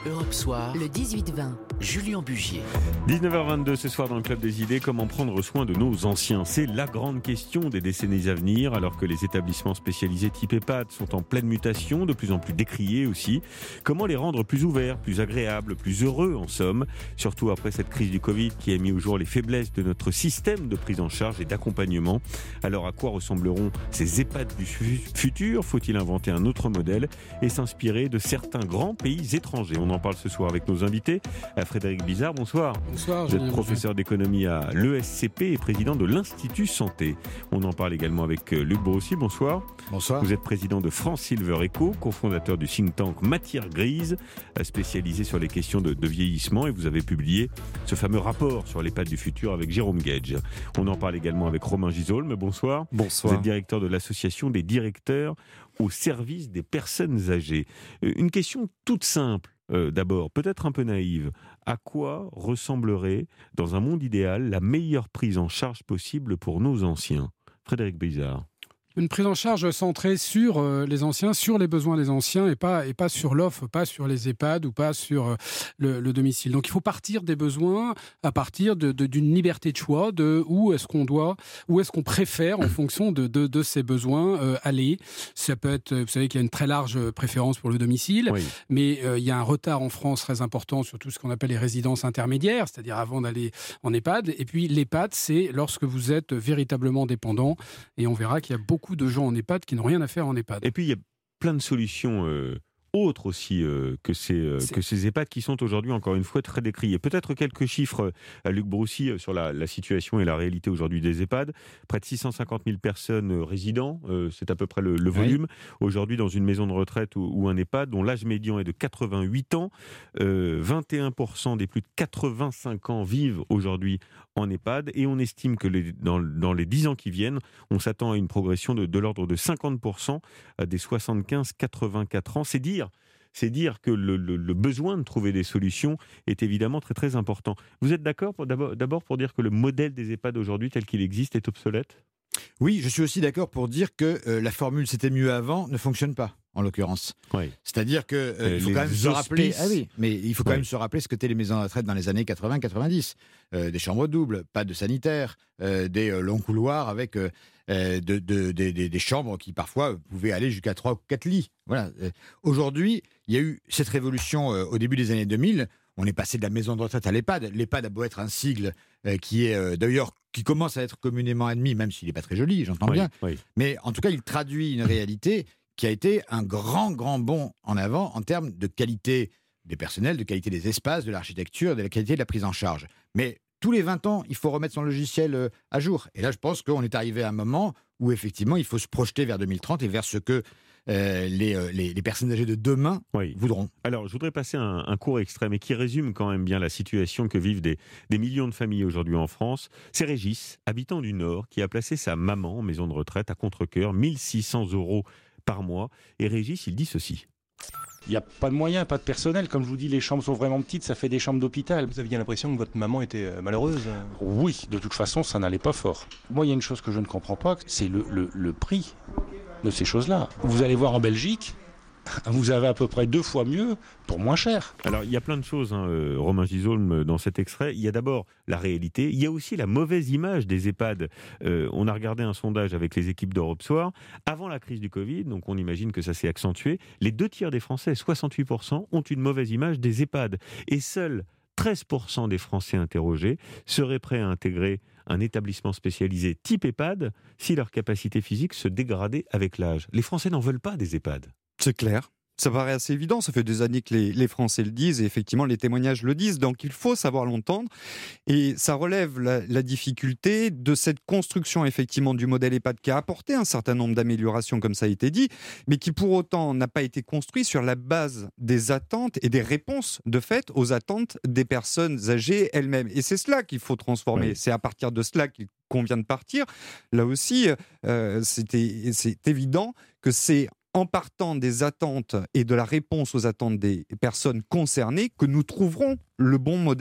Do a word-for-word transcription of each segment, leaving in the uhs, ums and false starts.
Europe Soir, le dix-huit vingt. Julien Bugier. dix-neuf heures vingt-deux ce soir dans le Club des Idées, comment prendre soin de nos anciens ? C'est la grande question des décennies à venir, alors que les établissements spécialisés type EHPAD sont en pleine mutation, de plus en plus décriés aussi. Comment les rendre plus ouverts, plus agréables, plus heureux en somme, surtout après cette crise du Covid qui a mis au jour les faiblesses de notre système de prise en charge et d'accompagnement. Alors à quoi ressembleront ces EHPAD du futur ? Faut-il inventer un autre modèle et s'inspirer de certains grands pays étrangers ? On en parle ce soir avec nos invités. Frédéric Bizard, bonsoir. Bonsoir. Vous êtes professeur d'économie à l'E S C P et président de l'Institut Santé. On en parle également avec Luc Brossy, bonsoir. Bonsoir. Vous êtes président de France Silver Eco, cofondateur du think tank Matière Grise, spécialisé sur les questions de, de vieillissement, et vous avez publié ce fameux rapport sur l'EHPAD du futur avec Jérôme Gage. On en parle également avec Romain Gisolme, bonsoir. Bonsoir. Vous êtes directeur de l'association des directeurs au service des personnes âgées. Une question toute simple. Euh, d'abord, peut-être un peu naïve, à quoi ressemblerait, dans un monde idéal, la meilleure prise en charge possible pour nos anciens ? Frédéric Bizard. Une prise en charge centrée sur euh, les anciens, sur les besoins des anciens et pas, et pas sur l'offre, pas sur les EHPAD ou pas sur euh, le, le domicile. Donc il faut partir des besoins à partir de, de, d'une liberté de choix, de où est-ce qu'on doit, où est-ce qu'on préfère en fonction de, de, de ces besoins euh, aller. Ça peut être, vous savez qu'il y a une très large préférence pour le domicile, oui. mais euh, il y a un retard en France très important sur tout ce qu'on appelle les résidences intermédiaires, c'est-à-dire avant d'aller en EHPAD. Et puis l'EHPAD, c'est lorsque vous êtes véritablement dépendant, et on verra qu'il y a beaucoup beaucoup de gens en EHPAD qui n'ont rien à faire en EHPAD. Et puis il y a plein de solutions euh, autres aussi euh, que, ces, euh, que ces EHPAD qui sont aujourd'hui encore une fois très décriées. Peut-être quelques chiffres à Luc Brossy euh, sur la, la situation et la réalité aujourd'hui des EHPAD. Près de six cent cinquante mille personnes euh, résidents, euh, c'est à peu près le, le volume. Oui. Aujourd'hui dans une maison de retraite ou, ou un EHPAD dont l'âge médian est de quatre-vingt-huit ans, euh, vingt et un pour cent des plus de quatre-vingt-cinq ans vivent aujourd'hui en EHPAD, et on estime que les, dans, dans les dix ans qui viennent, on s'attend à une progression de, de l'ordre de cinquante pour cent des soixante-quinze à quatre-vingt-quatre ans. C'est dire, c'est dire que le, le, le besoin de trouver des solutions est évidemment très très important. Vous êtes d'accord pour, d'abord, d'abord pour dire que le modèle des EHPAD aujourd'hui tel qu'il existe est obsolète ? Oui, je suis aussi d'accord pour dire que euh, la formule « c'était mieux avant » ne fonctionne pas, en l'occurrence. Oui. C'est-à-dire qu'il euh, faut quand même se rappeler... Ah oui, mais il faut quand oui. même se rappeler ce qu'étaient les maisons de retraite dans les années quatre-vingts quatre-vingt-dix. Euh, des chambres doubles, pas de sanitaires, euh, des euh, longs couloirs avec euh, de, de, de, de, des chambres qui parfois pouvaient aller jusqu'à trois ou quatre lits. Voilà. Euh, aujourd'hui, il y a eu cette révolution euh, au début des années deux mille. On est passé de la maison de retraite à l'EHPAD. L'EHPAD a beau être un sigle euh, qui est euh, d'ailleurs qui commence à être communément admis, même s'il n'est pas très joli, j'entends oui, bien. Oui. Mais en tout cas, il traduit une réalité qui a été un grand, grand bond en avant en termes de qualité des personnels, de qualité des espaces, de l'architecture, de la qualité de la prise en charge. Mais tous les vingt ans, il faut remettre son logiciel euh, à jour. Et là, je pense qu'on est arrivé à un moment où effectivement, il faut se projeter vers deux mille trente et vers ce que Euh, les, euh, les, les personnes âgées de demain oui. voudront. Alors, je voudrais passer un, un court extrait, mais qui résume quand même bien la situation que vivent des, des millions de familles aujourd'hui en France. C'est Régis, habitant du Nord, qui a placé sa maman en maison de retraite à Contrecœur, mille six cents euros par mois. Et Régis, il dit ceci. Il n'y a pas de moyens, pas de personnel. Comme je vous dis, les chambres sont vraiment petites, ça fait des chambres d'hôpital. Vous aviez l'impression que votre maman était malheureuse ? Oui, de toute façon, ça n'allait pas fort. Moi, il y a une chose que je ne comprends pas, c'est le, le, le prix de ces choses-là. Vous allez voir en Belgique, vous avez à peu près deux fois mieux pour moins cher. Alors, il y a plein de choses, hein, euh, Romain Gisolme, dans cet extrait. Il y a d'abord la réalité. Il y a aussi la mauvaise image des EHPAD. Euh, on a regardé un sondage avec les équipes d'Europe Soir. Avant la crise du Covid, donc on imagine que ça s'est accentué, les deux tiers des Français, soixante-huit pour cent, ont une mauvaise image des EHPAD. Et seuls treize pour cent des Français interrogés seraient prêts à intégrer un établissement spécialisé type EHPAD si leur capacité physique se dégradait avec l'âge. Les Français n'en veulent pas des EHPAD. C'est clair. Ça paraît assez évident, ça fait des années que les, les Français le disent et effectivement les témoignages le disent, donc il faut savoir l'entendre et ça relève la, la difficulté de cette construction effectivement du modèle EHPAD qui a apporté un certain nombre d'améliorations comme ça a été dit, mais qui pour autant n'a pas été construit sur la base des attentes et des réponses de fait aux attentes des personnes âgées elles-mêmes et c'est cela qu'il faut transformer, oui. C'est à partir de cela qu'il convient de partir. Là aussi, euh, c'était, c'est évident que c'est en partant des attentes et de la réponse aux attentes des personnes concernées que nous trouverons le bon modèle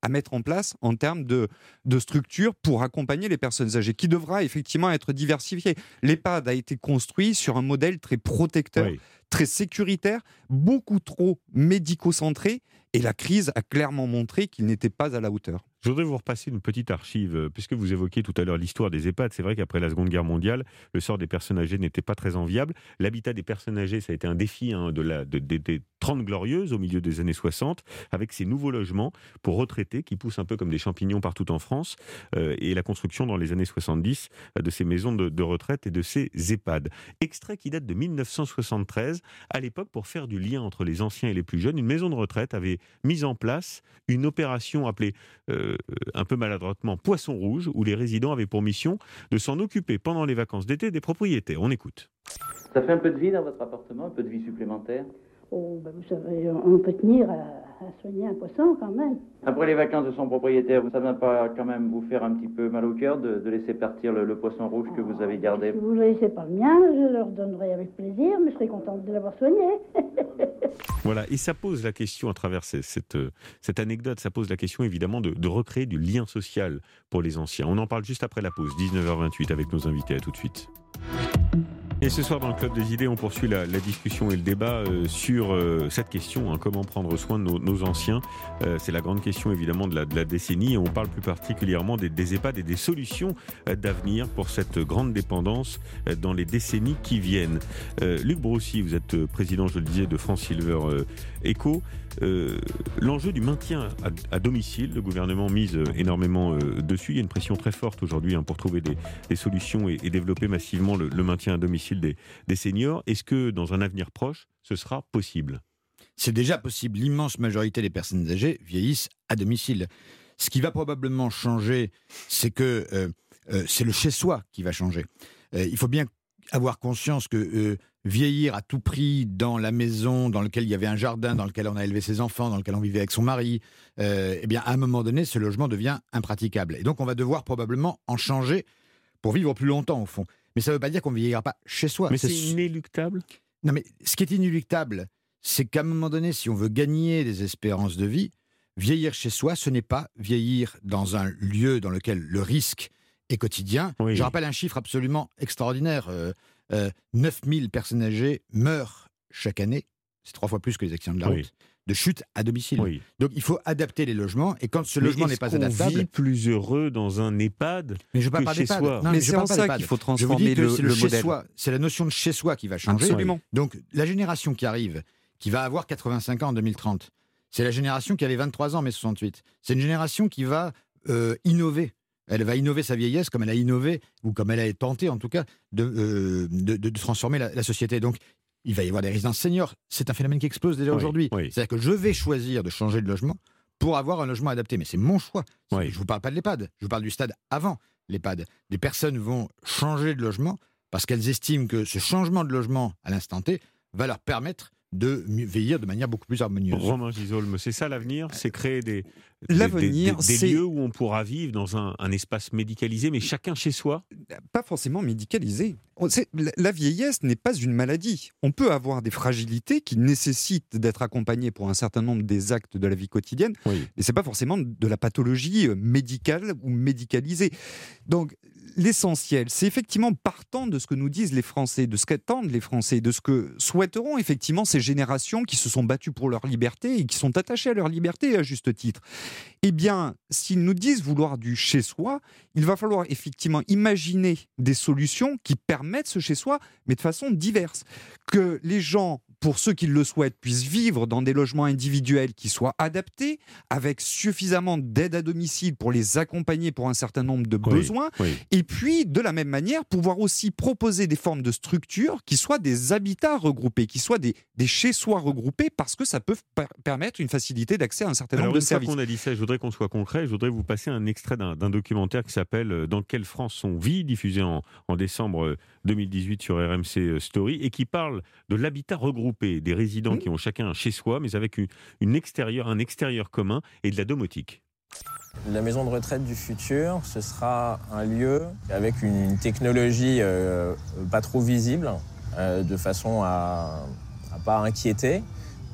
à mettre en place en termes de, de structure pour accompagner les personnes âgées, qui devra effectivement être diversifiée. L'EHPAD a été construit sur un modèle très protecteur, oui. très sécuritaire, beaucoup trop médico-centré, et la crise a clairement montré qu'il n'était pas à la hauteur. Je voudrais vous repasser une petite archive, puisque vous évoquiez tout à l'heure l'histoire des EHPAD. C'est vrai qu'après la Seconde Guerre mondiale, le sort des personnes âgées n'était pas très enviable. L'habitat des personnes âgées, ça a été un défi hein, de la, de, de, des Trente Glorieuses au milieu des années soixante, avec ces nouveaux logements pour retraités qui poussent un peu comme des champignons partout en France, euh, et la construction dans les années soixante-dix euh, de ces maisons de, de retraite et de ces EHPAD. Extrait qui date de mille neuf cent soixante-treize. À l'époque, pour faire du lien entre les anciens et les plus jeunes, une maison de retraite avait mis en place une opération appelée euh, un peu maladroitement Poisson Rouge, où les résidents avaient pour mission de s'en occuper pendant les vacances d'été des propriétaires. On écoute. Ça fait un peu de vie dans votre appartement, un peu de vie supplémentaire? Oh, ben vous savez, on peut tenir à, à soigner un poisson quand même. Après les vacances de son propriétaire, ça ne va pas quand même vous faire un petit peu mal au cœur de, de laisser partir le, le poisson rouge que vous avez gardé? Si vous ne laissez pas le mien, je leur donnerai avec plaisir, mais je serai contente de l'avoir soigné. Voilà, et ça pose la question à travers cette, cette, cette anecdote, ça pose la question évidemment de, de recréer du lien social pour les anciens. On en parle juste après la pause, dix-neuf heures vingt-huit avec nos invités. À tout de suite. Et ce soir, dans le Club des Idées, on poursuit la, la discussion et le débat euh, sur euh, cette question, hein, comment prendre soin de nos, nos anciens. Euh, c'est la grande question, évidemment, de la, de la décennie. Et on parle plus particulièrement des, des EHPAD et des solutions euh, d'avenir pour cette grande dépendance euh, dans les décennies qui viennent. Euh, Luc Broussy, vous êtes président, je le disais, de France Silver euh, Eco. Euh, l'enjeu du maintien à, à domicile, le gouvernement mise euh, énormément euh, dessus. Il y a une pression très forte aujourd'hui hein, pour trouver des, des solutions et, et développer massivement le, le maintien à domicile des, des seniors. Est-ce que dans un avenir proche, ce sera possible ? C'est déjà possible. L'immense majorité des personnes âgées vieillissent à domicile. Ce qui va probablement changer, c'est que euh, euh, c'est le chez-soi qui va changer. Euh, il faut bien avoir conscience que euh, vieillir à tout prix dans la maison dans laquelle il y avait un jardin, dans lequel on a élevé ses enfants, dans lequel on vivait avec son mari, euh, eh bien, à un moment donné, ce logement devient impraticable. Et donc, on va devoir probablement en changer pour vivre plus longtemps, au fond. Mais ça ne veut pas dire qu'on ne vieillira pas chez soi. Mais c'est, c'est inéluctable. Non, mais ce qui est inéluctable, c'est qu'à un moment donné, si on veut gagner des espérances de vie, vieillir chez soi, ce n'est pas vieillir dans un lieu dans lequel le risque est quotidien. Oui. Je rappelle un chiffre absolument extraordinaire. Euh, euh, neuf mille personnes âgées meurent chaque année, c'est trois fois plus que les accidents de la oui. route, de chute à domicile. Oui. Donc il faut adapter les logements, et quand ce mais logement n'est pas adaptable... on vit plus heureux dans un EHPAD mais je parle que pas chez d'EHPAD. soi. Non, mais mais c'est en ça qu'il faut transformer je vous dis que le, c'est le, le le modèle. Chez-soi, c'est la notion de chez-soi qui va changer. Absolument. Donc la génération qui arrive, qui va avoir quatre-vingt-cinq ans en deux mille trente, c'est la génération qui avait vingt-trois ans en mai soixante-huit. C'est une génération qui va euh, innover. Elle va innover sa vieillesse comme elle a innové, ou comme elle a tenté en tout cas, de, euh, de, de, de transformer la, la société. Donc, il va y avoir des résidences seniors. C'est un phénomène qui explose déjà oui, aujourd'hui. Oui. C'est-à-dire que je vais choisir de changer de logement pour avoir un logement adapté. Mais c'est mon choix. Oui. Je ne vous parle pas de l'EHPAD. Je vous parle du stade avant l'EHPAD. Des personnes vont changer de logement parce qu'elles estiment que ce changement de logement à l'instant T va leur permettre de vieillir de manière beaucoup plus harmonieuse. Romain Gisolme, c'est ça l'avenir ? C'est créer des, L'avenir, des, des, des, des lieux où on pourra vivre dans un, un espace médicalisé, mais chacun chez soi ? Pas forcément médicalisé. La vieillesse n'est pas une maladie. On peut avoir des fragilités qui nécessitent d'être accompagnées pour un certain nombre des actes de la vie quotidienne, oui. mais ce n'est pas forcément de la pathologie médicale ou médicalisée. Donc, l'essentiel, c'est effectivement partant de ce que nous disent les Français, de ce qu'attendent les Français, de ce que souhaiteront effectivement ces générations qui se sont battues pour leur liberté et qui sont attachées à leur liberté à juste titre. Eh bien, s'ils nous disent vouloir du chez-soi, il va falloir effectivement imaginer des solutions qui permettent ce chez-soi, mais de façon diverse. Que les gens, pour ceux qui le souhaitent, puissent vivre dans des logements individuels qui soient adaptés, avec suffisamment d'aide à domicile pour les accompagner pour un certain nombre de oui, besoins, oui. et puis, de la même manière, pouvoir aussi proposer des formes de structures qui soient des habitats regroupés, qui soient des, des chez-soi regroupés, parce que ça peut per- permettre une facilité d'accès à un certain Alors, nombre de services. Alors, une fois qu'on a dit ça, je voudrais qu'on soit concret, je voudrais vous passer un extrait d'un, d'un documentaire qui s'appelle « Dans quelle France on vit ?», diffusé en, en décembre deux mille dix-huit sur R M C Story, et qui parle de l'habitat regroupé, des résidents mmh. qui ont chacun un chez-soi, mais avec une, une extérieure, un extérieur commun et de la domotique. La maison de retraite du futur, ce sera un lieu avec une, une technologie euh, pas trop visible, euh, de façon à ne pas inquiéter,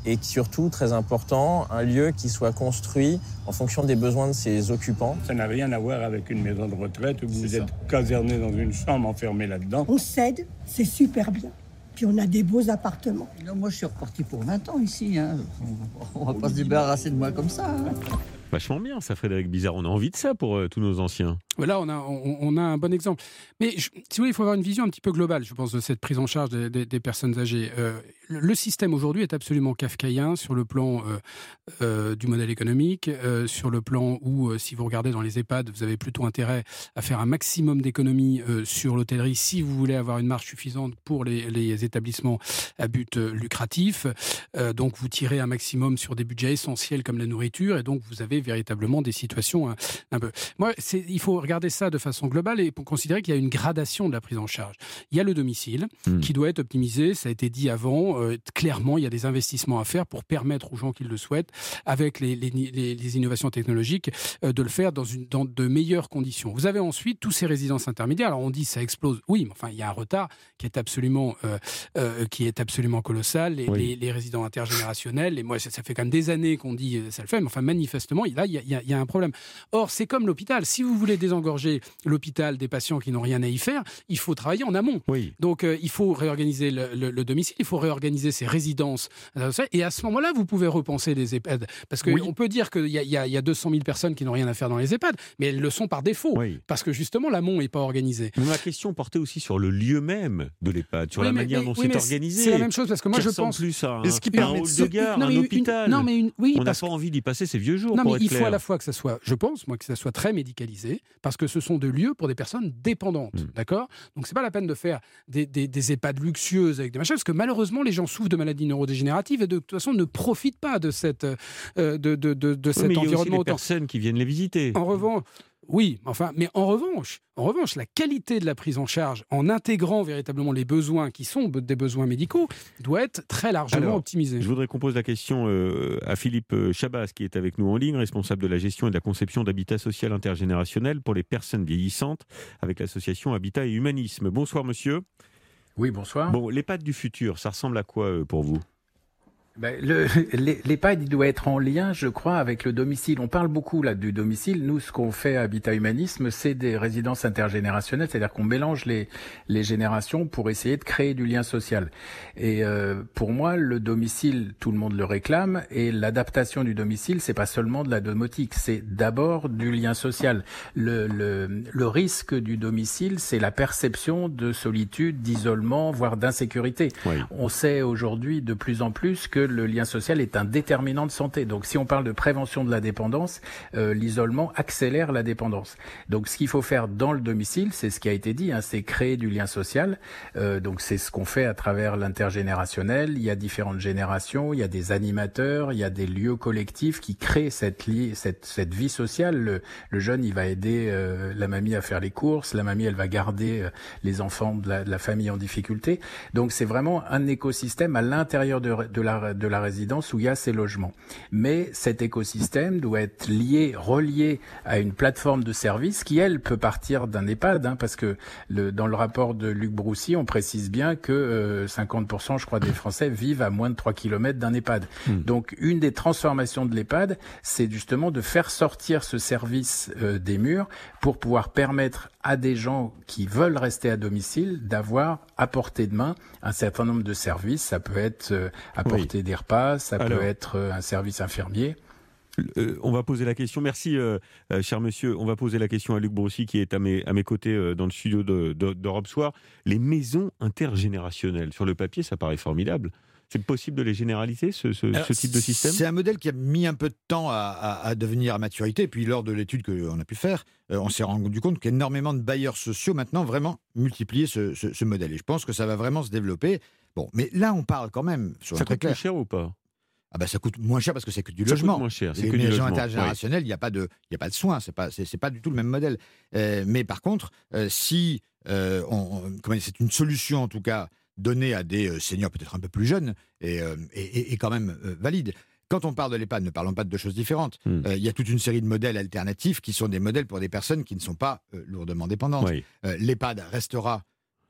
et surtout, très important, un lieu qui soit construit en fonction des besoins de ses occupants. Ça n'a rien à voir avec une maison de retraite où vous êtes caserné dans une chambre enfermé là-dedans. On cède, c'est super bien. Puis on a des beaux appartements. Non, moi, je suis reparti pour vingt ans ici. Hein. On va pas se débarrasser de moi comme ça. Hein. Vachement bien, ça, Frédéric Bizard. On a envie de ça pour euh, tous nos anciens. Là, on a, on, on a un bon exemple. Mais je, si vous voulez, il faut avoir une vision un petit peu globale, je pense, de cette prise en charge des, des, des personnes âgées. Euh, le, le système aujourd'hui est absolument kafkaïen sur le plan euh, euh, du modèle économique, euh, sur le plan où, euh, si vous regardez dans les EHPAD, vous avez plutôt intérêt à faire un maximum d'économies euh, sur l'hôtellerie si vous voulez avoir une marge suffisante pour les, les établissements à but euh, lucratif. Euh, donc, vous tirez un maximum sur des budgets essentiels comme la nourriture et donc vous avez véritablement des situations un, un peu... Moi, c'est, il faut regarder ça de façon globale et pour considérer qu'il y a une gradation de la prise en charge. Il y a le domicile mmh. qui doit être optimisé, ça a été dit avant. Euh, clairement, il y a des investissements à faire pour permettre aux gens qui le souhaitent, avec les, les, les, les innovations technologiques, euh, de le faire dans, une, dans de meilleures conditions. Vous avez ensuite tous ces résidences intermédiaires. Alors on dit ça explose. Oui, mais enfin, il y a un retard qui est absolument, euh, euh, qui est absolument colossal. Les, oui. les, les résidents intergénérationnels, et moi, ça, ça fait quand même des années qu'on dit ça le fait, mais enfin, manifestement, là, il y a, il y a, il y a un problème. Or, c'est comme l'hôpital. Si vous voulez désengorger l'hôpital des patients qui n'ont rien à y faire, il faut travailler en amont. Oui. Donc, euh, il faut réorganiser le, le, le domicile, il faut réorganiser ses résidences. Et à ce moment-là, vous pouvez repenser les EHPAD. Parce qu'on oui. peut dire qu'il y, y, y a deux cent mille personnes qui n'ont rien à faire dans les EHPAD, mais elles le sont par défaut. Oui. Parce que justement, l'amont n'est pas organisé. Mais ma question portait aussi sur le lieu même de l'EHPAD, sur oui, la mais, manière mais, dont oui, c'est organisé. C'est la même chose, parce que moi, je pense... plus à un, ce qui un hall de gare, non, un hôpital. Une, non, mais une, oui, on n'a pas envie d'y passer ses vieux jours, non, pour mais être il clair. faut à la fois que ça soit, je pense, moi, que ça soit très médicalisé, parce que ce sont des lieux pour des personnes dépendantes, mmh. d'accord ? Donc, c'est pas la peine de faire des, des, des EHPAD luxueuses avec des machins, parce que malheureusement, les gens souffrent de maladies neurodégénératives et de, de toute façon ne profitent pas de, cette, euh, de, de, de, de oui, cet mais environnement. Il y a aussi les personnes qui viennent les visiter. En revanche... Oui, enfin, mais en revanche, en revanche, la qualité de la prise en charge, en intégrant véritablement les besoins qui sont des besoins médicaux, doit être très largement Alors, optimisée. Je voudrais qu'on pose la question euh, à Philippe Chabas, qui est avec nous en ligne, responsable de la gestion et de la conception d'habitat social intergénérationnel pour les personnes vieillissantes, avec l'association Habitat et Humanisme. Bonsoir, monsieur. Oui, bonsoir. Bon, l'EHPAD du futur, ça ressemble à quoi euh, pour vous ? Ben, le, l'EHPAD, il doit être en lien, je crois, avec le domicile. On parle beaucoup là du domicile. Nous, ce qu'on fait à Habitat Humanisme, c'est des résidences intergénérationnelles, c'est-à-dire qu'on mélange les, les générations pour essayer de créer du lien social. Et euh, pour moi, le domicile, tout le monde le réclame, et l'adaptation du domicile, c'est pas seulement de la domotique, c'est d'abord du lien social. Le, le, le risque du domicile, c'est la perception de solitude, d'isolement, voire d'insécurité. Oui. On sait aujourd'hui de plus en plus que le lien social est un déterminant de santé. Donc, si on parle de prévention de la dépendance, euh, l'isolement accélère la dépendance. Donc, ce qu'il faut faire dans le domicile, c'est ce qui a été dit, hein, c'est créer du lien social. Euh, donc, c'est ce qu'on fait à travers l'intergénérationnel. Il y a différentes générations, il y a des animateurs, il y a des lieux collectifs qui créent cette, li- cette, cette vie sociale. Le, le jeune, il va aider euh, la mamie à faire les courses, la mamie, elle va garder euh, les enfants de la, de la famille en difficulté. Donc, c'est vraiment un écosystème à l'intérieur de, de la de la résidence où il y a ces logements. Mais cet écosystème doit être lié, relié à une plateforme de services qui, elle, peut partir d'un EHPAD, hein, parce que le, dans le rapport de Luc Broussy, on précise bien que euh, cinquante pour cent, je crois, des Français vivent à moins de trois kilomètres d'un EHPAD. Mmh. Donc, une des transformations de l'EHPAD, c'est justement de faire sortir ce service euh, des murs pour pouvoir permettre à des gens qui veulent rester à domicile d'avoir à portée de main un certain nombre de services. Ça peut être euh, apporter oui. des repas, ça Alors, peut être euh, un service infirmier. Euh, on va poser la question, merci euh, euh, cher monsieur, on va poser la question à Luc Broussy qui est à mes, à mes côtés euh, dans le studio de, de, d'Europe Soir. Les maisons intergénérationnelles, sur le papier ça paraît formidable. C'est possible de les généraliser, ce, ce, Alors, ce type de système ? C'est un modèle qui a mis un peu de temps à, à, à devenir à maturité. Et puis, lors de l'étude qu'on a pu faire, euh, on s'est rendu compte qu'énormément de bailleurs sociaux, maintenant, vraiment multiplier ce, ce, ce modèle. Et je pense que ça va vraiment se développer. Bon, mais là, on parle quand même... Ça coûte plus cher ou pas ? Ah bah ça coûte moins cher parce que c'est que du ça logement. Coûte moins cher, c'est les que maisons du logement. intergénérationnelles, il oui. n'y a pas de, il y a pas de soins. C'est pas, c'est, c'est pas du tout le même modèle. Euh, mais par contre, euh, si euh, on, comment dire, c'est une solution en tout cas donnée à des euh, seniors peut-être un peu plus jeunes et, euh, et, et quand même euh, valide. Quand on parle de l'EHPAD, ne parlons pas de deux choses différentes. Il mmh. euh, y a toute une série de modèles alternatifs qui sont des modèles pour des personnes qui ne sont pas euh, lourdement dépendantes. Oui. Euh, L'EHPAD restera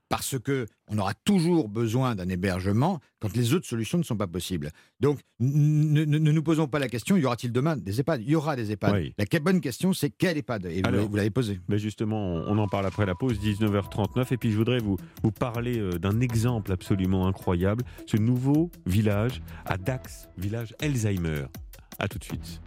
parce qu'on aura toujours besoin d'un hébergement quand les autres solutions ne sont pas possibles. Donc, ne, ne, ne nous posons pas la question, y aura-t-il demain des EHPAD ? Il y aura des EHPAD. Oui. La bonne question, c'est quel EHPAD ? Et Alors, vous, vous l'avez posé. Ben justement, on en parle après la pause, dix-neuf heures trente-neuf. Et puis, je voudrais vous, vous parler d'un exemple absolument incroyable, ce nouveau village à Dax, village Alzheimer. À tout de suite.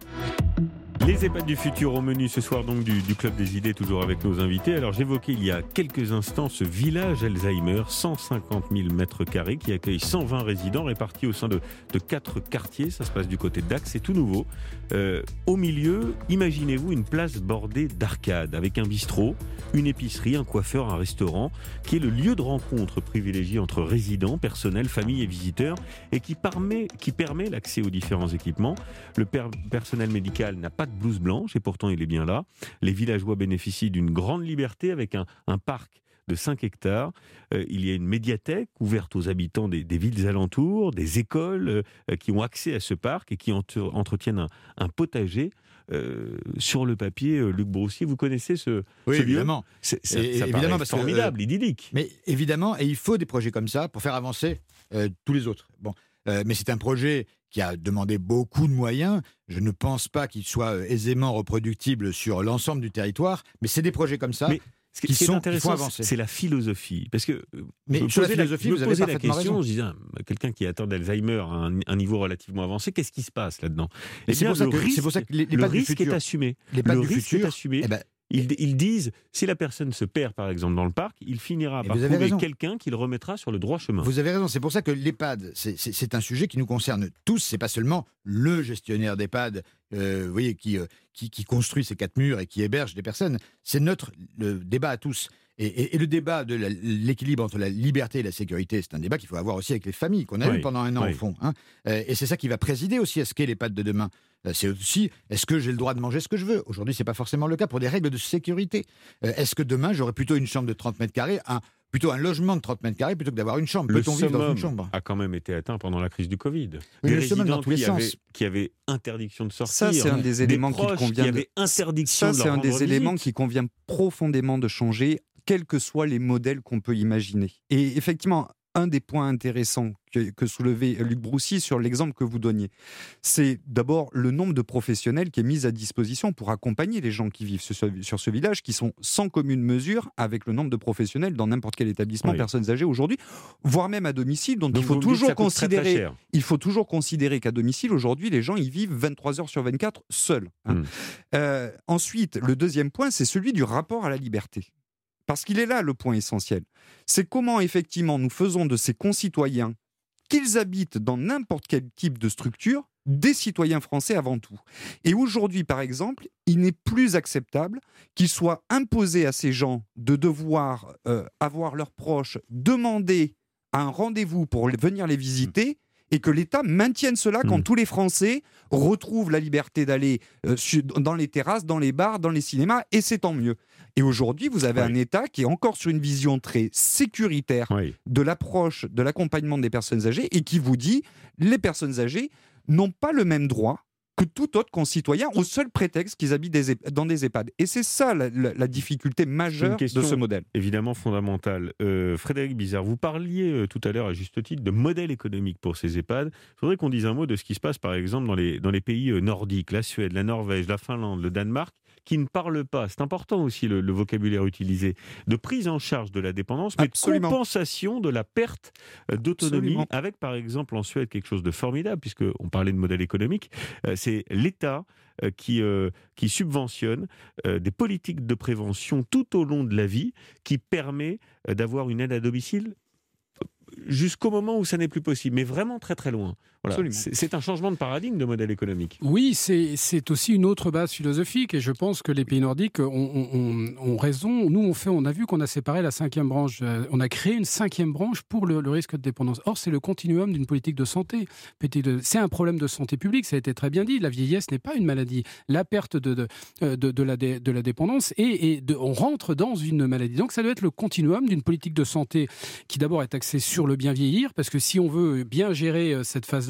Les EHPAD du futur au menu ce soir donc du, du Club des Idées, toujours avec nos invités. Alors j'évoquais il y a quelques instants ce village Alzheimer, cent cinquante mille mètres carrés, qui accueille cent vingt résidents répartis au sein de, de quatre quartiers. Ça se passe du côté de Dax, c'est tout nouveau. Euh, au milieu, imaginez-vous une place bordée d'arcades, avec un bistrot, une épicerie, un coiffeur, un restaurant, qui est le lieu de rencontre privilégié entre résidents, personnel, familles et visiteurs, et qui permet, qui permet l'accès aux différents équipements. Le per- personnel médical n'a pas de blouse blanche, et pourtant il est bien là. Les villageois bénéficient d'une grande liberté avec un, un parc de cinq hectares. Euh, il y a une médiathèque ouverte aux habitants des, des villes alentours, des écoles euh, qui ont accès à ce parc et qui entre, entretiennent un, un potager. Euh, sur le papier, euh, Luc Broussy, vous connaissez ce, oui, ce évidemment. lieu c'est, ça, et, ça évidemment, parce formidable, que, euh, idyllique. Mais évidemment, et il faut des projets comme ça pour faire avancer euh, tous les autres. Bon, euh, mais c'est un projet qui a demandé beaucoup de moyens. Je ne pense pas qu'il soit aisément reproductible sur l'ensemble du territoire, mais c'est des projets comme ça mais ce qui, qui, ce qui sont, est intéressant, c'est, c'est la philosophie. Parce que mais sur la philosophie, la, vous avez la question, raison. je disais, quelqu'un qui atteint d'Alzheimer à un, un niveau relativement avancé, qu'est-ce qui se passe là-dedans ? Et c'est, bien, pour le, risque, c'est pour ça que les, les le risque est assumé. Les le du risque futur, est assumé. Eh ben, Ils, ils disent, si la personne se perd par exemple dans le parc, il finira par trouver raison. quelqu'un qui le remettra sur le droit chemin. Vous avez raison, c'est pour ça que l'EHPAD, c'est, c'est, c'est un sujet qui nous concerne tous, c'est pas seulement le gestionnaire d'EHPAD euh, vous voyez, qui, euh, qui, qui construit ces quatre murs et qui héberge des personnes, c'est notre le débat à tous. Et, et, et le débat de la, l'équilibre entre la liberté et la sécurité, c'est un débat qu'il faut avoir aussi avec les familles, qu'on a oui, eu pendant un an oui. au fond. Hein. Euh, et c'est ça qui va présider aussi à ce qu'est l'EHPAD de demain. Euh, c'est aussi, est-ce que j'ai le droit de manger ce que je veux ? Aujourd'hui, c'est pas forcément le cas pour des règles de sécurité. Euh, est-ce que demain, j'aurai plutôt une chambre de trente mètres carrés, un, plutôt un logement de trente mètres carrés plutôt que d'avoir une chambre ? Peut-on vivre dans une chambre ? A quand même été atteint pendant la crise du Covid. Oui, des le summum dans tous les qui sens. Avaient, qui avaient interdiction de sortir. Ça, c'est un des éléments des qui convient. Qui avaient interdiction ça, de c'est un des visite. éléments qui convient profondément de changer, quels que soient les modèles qu'on peut imaginer. Et effectivement, un des points intéressants que, que soulevait Luc Broussy sur l'exemple que vous donniez, c'est d'abord le nombre de professionnels qui est mis à disposition pour accompagner les gens qui vivent sur ce, sur ce village, qui sont sans commune mesure avec le nombre de professionnels dans n'importe quel établissement, oui. personnes âgées aujourd'hui, voire même à domicile. Donc, Donc il faut toujours considérer, très, très il faut toujours considérer qu'à domicile aujourd'hui, les gens y vivent vingt-trois heures sur vingt-quatre seuls. Hein. Mmh. Euh, ensuite, le deuxième point, c'est celui du rapport à la liberté. Parce qu'il est là le point essentiel. C'est comment effectivement nous faisons de ces concitoyens, qu'ils habitent dans n'importe quel type de structure, des citoyens français avant tout. Et aujourd'hui, par exemple, il n'est plus acceptable qu'il soit imposé à ces gens de devoir euh, avoir leurs proches demander un rendez-vous pour venir les visiter, et que l'État maintienne cela quand mmh. tous les Français retrouvent la liberté d'aller euh, dans les terrasses, dans les bars, dans les cinémas, et c'est tant mieux. Et aujourd'hui, vous avez oui. un État qui est encore sur une vision très sécuritaire oui. de l'approche, de l'accompagnement des personnes âgées, et qui vous dit, les personnes âgées n'ont pas le même droit que tout autre concitoyen, au seul prétexte qu'ils habitent des, dans des EHPAD. Et c'est ça la, la, la difficulté majeure de ce modèle. Évidemment fondamentale. Euh, Frédéric Bizard, vous parliez euh, tout à l'heure à juste titre de modèle économique pour ces EHPAD. Il faudrait qu'on dise un mot de ce qui se passe par exemple dans les, dans les pays euh, nordiques, la Suède, la Norvège, la Finlande, le Danemark, qui ne parlent pas, c'est important aussi le, le vocabulaire utilisé, de prise en charge de la dépendance, mais Absolument. de compensation de la perte d'autonomie, Absolument. avec par exemple en Suède quelque chose de formidable, puisqu'on parlait de modèle économique, euh, c'est l'État euh, qui, euh, qui subventionne euh, des politiques de prévention tout au long de la vie, qui permet euh, d'avoir une aide à domicile jusqu'au moment où ça n'est plus possible, mais vraiment très très loin. Voilà. C'est, c'est un changement de paradigme de modèle économique. Oui, c'est, c'est aussi une autre base philosophique, et je pense que les pays nordiques ont, ont, ont raison. Nous, on, fait, on a vu qu'on a séparé la cinquième branche, on a créé une cinquième branche pour le, le risque de dépendance. Or, c'est le continuum d'une politique de santé. C'est un problème de santé publique, ça a été très bien dit. La vieillesse n'est pas une maladie. La perte de, de, de, de, la, de la dépendance, et, et de, on rentre dans une maladie. Donc, ça doit être le continuum d'une politique de santé qui d'abord est axée sur le bien vieillir, parce que si on veut bien gérer cette phase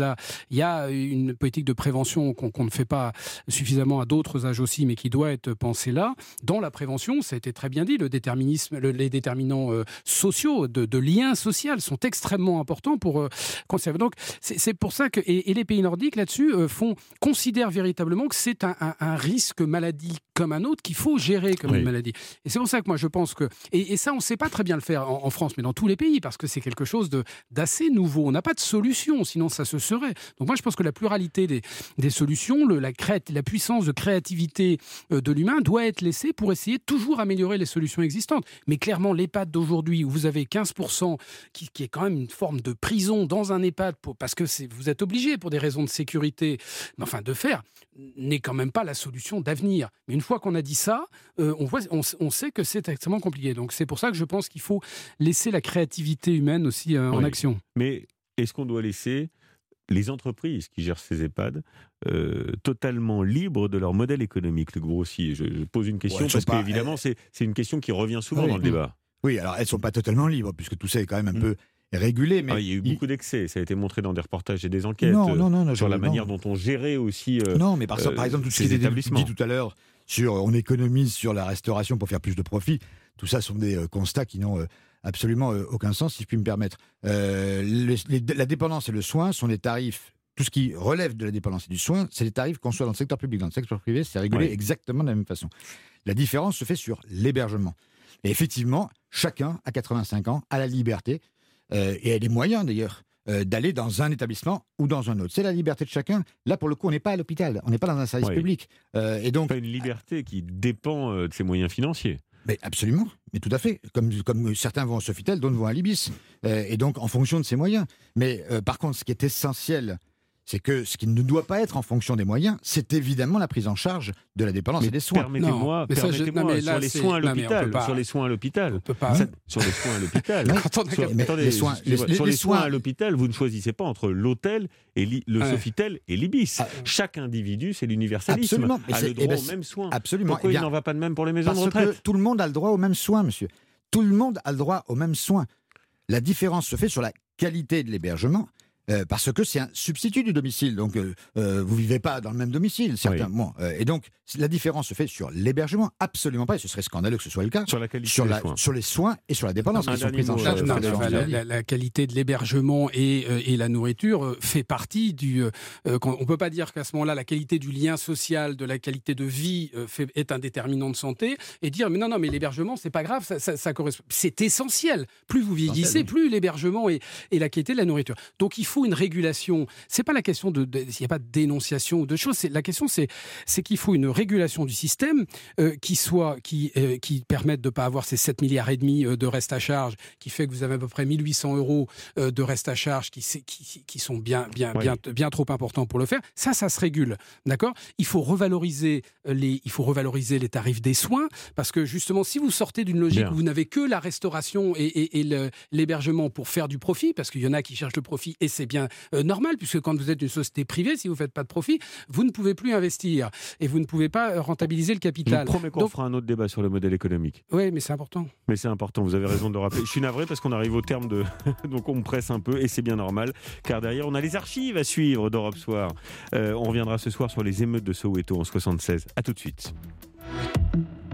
choses-là. Il y a une politique de prévention qu'on, qu'on ne fait pas suffisamment à d'autres âges aussi, mais qui doit être pensée là. Dans la prévention, ça a été très bien dit, le déterminisme, le, les déterminants euh, sociaux, de, de liens sociaux sont extrêmement importants pour euh, conserver. Donc, c'est, c'est pour ça que, et, et les pays nordiques là-dessus euh, font, considèrent véritablement que c'est un, un, un risque maladie comme un autre qu'il faut gérer comme oui. une maladie. Et c'est pour ça que moi je pense que, et, et ça on ne sait pas très bien le faire en, en France, mais dans tous les pays, parce que c'est quelque chose de, d'assez nouveau. On n'a pas de solution, sinon ça se serait. Donc moi je pense que la pluralité des, des solutions, le, la, créa- la puissance de créativité euh, de l'humain doit être laissée pour essayer de toujours améliorer les solutions existantes. Mais clairement l'EHPAD d'aujourd'hui, où vous avez quinze pour cent qui, qui est quand même une forme de prison dans un EHPAD, pour, parce que c'est, vous êtes obligé pour des raisons de sécurité, mais enfin de faire, n'est quand même pas la solution d'avenir. Mais une fois qu'on a dit ça, euh, on, voit, on, on sait que c'est extrêmement compliqué. Donc c'est pour ça que je pense qu'il faut laisser la créativité humaine aussi euh, en oui. action. Mais est-ce qu'on doit laisser les entreprises qui gèrent ces EHPAD euh, totalement libres de leur modèle économique, le grossier? Je, je pose une question ouais, parce pas, qu'évidemment, elles... c'est, c'est une question qui revient souvent oui, dans le débat. Oui, alors elles ne sont pas totalement libres, puisque tout ça est quand même un mmh. peu régulé. Mais ah, il y a eu beaucoup d'excès, ça a été montré dans des reportages et des enquêtes non, non, non, non, sur la non. manière dont on gérait aussi euh, Non, mais par, euh, par exemple, tout ce qui était dit tout à l'heure, sur on économise sur la restauration pour faire plus de profit, tout ça sont des euh, constats qui n'ont euh, absolument euh, aucun sens, si je puis me permettre. Euh, les, les, la dépendance et le soin sont des tarifs, tout ce qui relève de la dépendance et du soin, c'est les tarifs qu'on soit dans le secteur public, dans le secteur privé, c'est régulé ouais. exactement de la même façon. La différence se fait sur l'hébergement. Et effectivement, chacun, à quatre-vingt-cinq ans, a la liberté, euh, et a les moyens d'ailleurs, euh, d'aller dans un établissement ou dans un autre. C'est la liberté de chacun. Là, pour le coup, on n'est pas à l'hôpital, on n'est pas dans un service oui. public. Euh, et donc, pas une liberté qui dépend euh, de ses moyens financiers. Mais absolument, mais tout à fait. Comme, comme certains vont au Sofitel, d'autres vont à l'Ibis. Euh, et donc, en fonction de ses moyens. Mais euh, par contre, ce qui est essentiel, c'est que ce qui ne doit pas être en fonction des moyens, c'est évidemment la prise en charge de la dépendance mais et des soins. Permettez-moi, non, permettez-moi je, non, sur, les soins à l'hôpital, pas... sur les soins à l'hôpital. Ça, sur les soins à l'hôpital. sur, attendez, les soins, les, sur les, les soins à l'hôpital, vous ne choisissez pas entre l'hôtel et li, le ouais. Sofitel et l'Ibis. Ah, Chaque individu, c'est l'universalisme. Absolument. A le droit ben, aux mêmes soins. Absolument. Pourquoi eh bien, il n'en va pas de même pour les maisons de retraite? Parce que tout le monde a le droit aux mêmes soins, monsieur. Tout le monde a le droit aux mêmes soins. La différence se fait sur la qualité de l'hébergement. Euh, parce que c'est un substitut du domicile, donc euh, euh, vous vivez pas dans le même domicile, certains. Oui. Bon, euh, et donc la différence se fait sur l'hébergement, absolument pas. Et ce serait scandaleux que ce soit le cas. Sur la qualité sur, des la, soins. sur les soins et sur la dépendance qui sont prises en charge. Non, non, la, la, la qualité de l'hébergement et, euh, et la nourriture euh, fait partie du. Euh, on peut pas dire qu'à ce moment-là, la qualité du lien social, de la qualité de vie euh, fait, est un déterminant de santé, et dire mais non, non, mais l'hébergement c'est pas grave, ça, ça, ça correspond. C'est essentiel. Plus vous vieillissez, plus l'hébergement et, et la qualité de la nourriture. Donc il faut une régulation. C'est pas la question de, de, il n'y a pas de dénonciation ou de choses. C'est, la question, c'est, c'est qu'il faut une régulation du système euh, qui soit, qui, euh, qui permette de pas avoir ces sept milliards et demi de reste à charge, qui fait que vous avez à peu près mille huit cents euros euh, de reste à charge qui, qui, qui sont bien, bien, oui. bien, bien trop importants pour le faire. Ça, ça se régule, d'accord ? Il faut revaloriser les, il faut revaloriser les tarifs des soins parce que justement, si vous sortez d'une logique bien. Où vous n'avez que la restauration et, et, et le, l'hébergement pour faire du profit, parce qu'il y en a qui cherchent le profit et c'est bien euh, normal. Puisque quand vous êtes une société privée, si vous ne faites pas de profit, vous ne pouvez plus investir et vous ne pouvez pas rentabiliser le capital. Je vous promets qu'on Donc... fera un autre débat sur le modèle économique. Oui, mais c'est important. Mais c'est important, vous avez raison de le rappeler. Je suis navré parce qu'on arrive au terme de... Donc on me presse un peu et c'est bien normal, car derrière on a les archives à suivre d'Europe Soir. Euh, on reviendra ce soir sur les émeutes de Soweto en soixante-seize. À tout de suite.